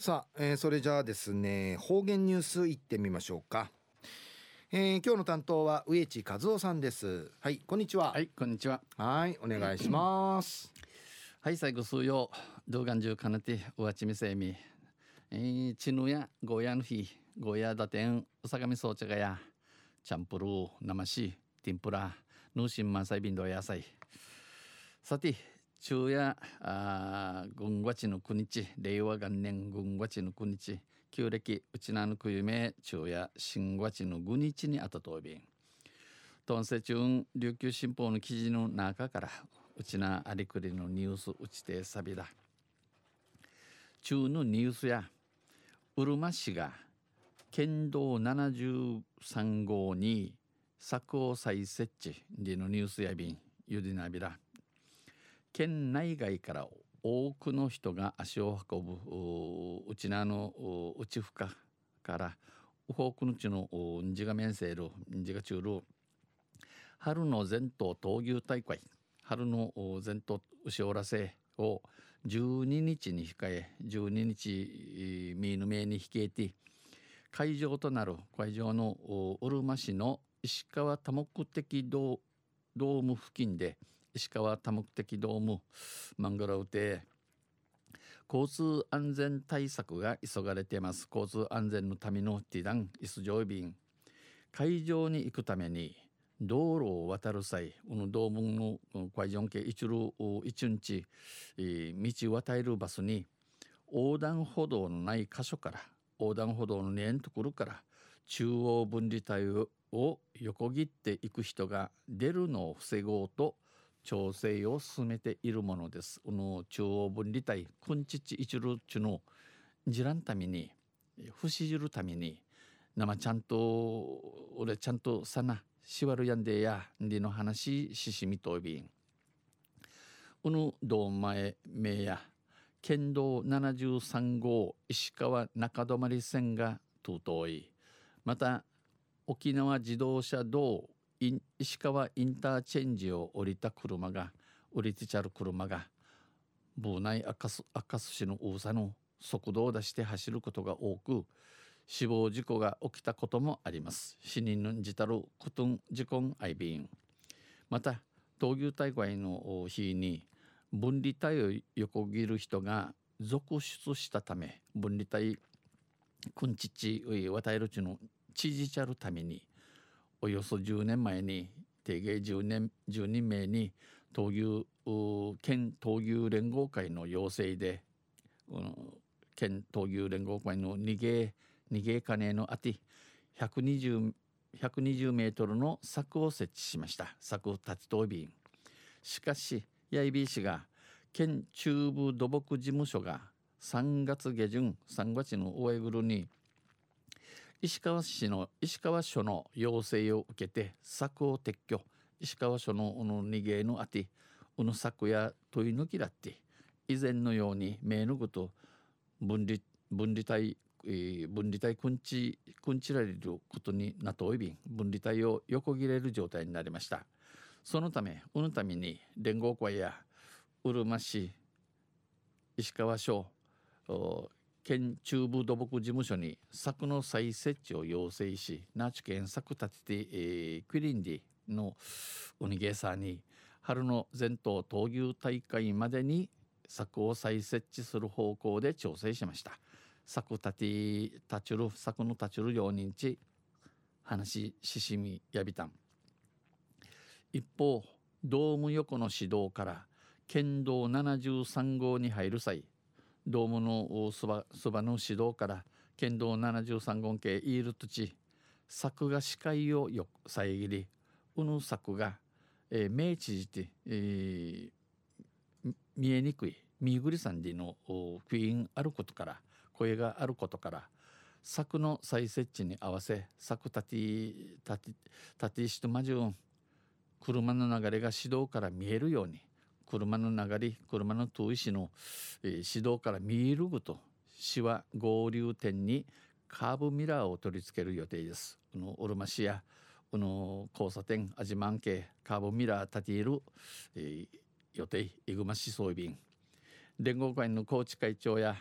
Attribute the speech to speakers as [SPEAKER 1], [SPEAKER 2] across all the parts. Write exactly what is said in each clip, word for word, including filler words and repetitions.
[SPEAKER 1] さあ、えーそれじゃあですね、方言ニュースいってみましょうか。えー今日の担当は植地和夫さんです。はい、こんにちは。
[SPEAKER 2] はい、こんにちは。
[SPEAKER 1] はい、お願いします。
[SPEAKER 2] はい、最後数曜、動画中かなて、おわちみせみ。えー、ちぬや、ゴーヤの日、ゴーヤだてん、うさがみそうちゃがや、チャンプルー、生し、ティンプラ、ヌーシンマンサイビンド野菜。さて、昼夜、あー、軍がちのくにち、令和元年軍がちのくにち、旧暦、うちなのくゆめ、昼夜、新がちのぐにちにあたとおびん。トンセチュン琉球新報の記事の中からうちなありくりのニュースうちてさびら中のニュースやうるま市が県道ななじゅうさん号に柵を再設置でのニュースやびんゆでなびら県内外から多くの人が足を運ぶううちなのううちふかからうほくのちのうんじが面せるんじがちゅうる春の全島闘牛大会春の全島牛おらせをじゅうににちに控えじゅうににち見ぬめに控えて会場となる会場のうるま市の石川多目的ドドーム付近で石川多目的ドームマングロウテ交通安全対策が急がれています。交通安全のためのティダンイス上便会場に行くために道路を渡る際この道門の会場系一路一日道を渡るバスに横断歩道のない箇所から横断歩道のねんところから中央分離帯を横切っていく人が出るのを防ごうと調整を進めているものです。この中央分離帯くんちち一路中のじらんために不しじるために生ちゃんと俺ちゃんとさなしわるやんでやんでの話ししみとびんうぬ道前名や県道ななじゅうさん号石川中泊線が通といまた沖縄自動車道石川インターチェンジを降りた車が降りてちゃる車が部内赤須赤須市の大佐の速度を出して走ることが多く死亡事故が起きたこともあります。死人のじたるクトン事故アイビンまた闘牛大会の日に分離帯を横切る人が続出したため分離帯くんちち渡るちの知事ちゃるためにおよそじゅうねんまえに定芸じゅうねんじゅうにん名に闘牛県闘牛連合会の要請で県闘牛連合会の逃げ逃げ金のあてひゃくにじゅう、ひゃくにじゅうメートルの柵を設置しました。柵立ち飛びしかし八重 B 市が県中部土木事務所がさんがつ下旬さんがつの終えぐるに石川市の石川署の要請を受けて柵を撤去石川署の逃げのあてうぬ柵や問い抜きだって以前のように名のぐと分離分離帯分離帯くんちくんちられることになとおいびん分離帯を横切れる状態になりました。そのためうぬために連合会やうるま市石川署県中部土木事務所に柵の再設置を要請しナーチ県柵立てて、えー、クリンディのウニゲーサーに春の全島闘牛大会までに柵を再設置する方向で調整しました。柵立て立ちる柵の立ちるようにんち話ししみやびたん一方ドーム横の市道から県道ななじゅうさん号に入る際ドームのそばそばの市道から県道ななじゅうさん号系イール土地柵が視界をよ遮りうぬ柵が、えー、明治時て、えー、見えにくい見ぐりさんでのクイーンあることから声があることから柵の再設置に合わせ柵立て立て立て石とまじゅん車の流れが市道から見えるように車の流れ車の遠い市の、えー、市道から見えるぐと市は合流点にカーブミラーを取り付ける予定です。このオルマ市やこの交差点アジマン系カーブミラー立ている、えー、予定イグマ市装備員連合会の高知会長や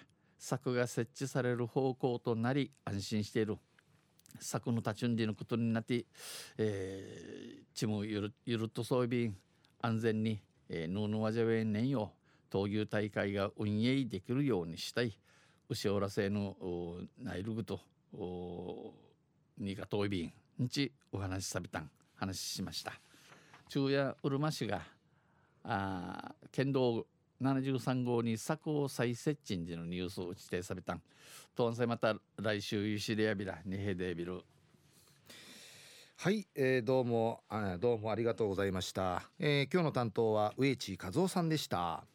[SPEAKER 2] 柵が設置される方向となり安心している。柵の立ちんでのことになって、えー、ちもゆるゆるとそうびん安全に、えー、ヌーヌワジャウェン年よ闘牛大会が運営できるようにしたい。牛おらせのナイルグとにが遠いびんにちお話しさびたん話しました。昼夜うるま市があ県道ななじゅうさん号に柵を再設置時のニュースを指定されたんとんせまた来週ゆしでやびらにへでびる。
[SPEAKER 1] はい、えー、どうもあどうもありがとうございました。えー、今日の担当は植地和夫さんでした。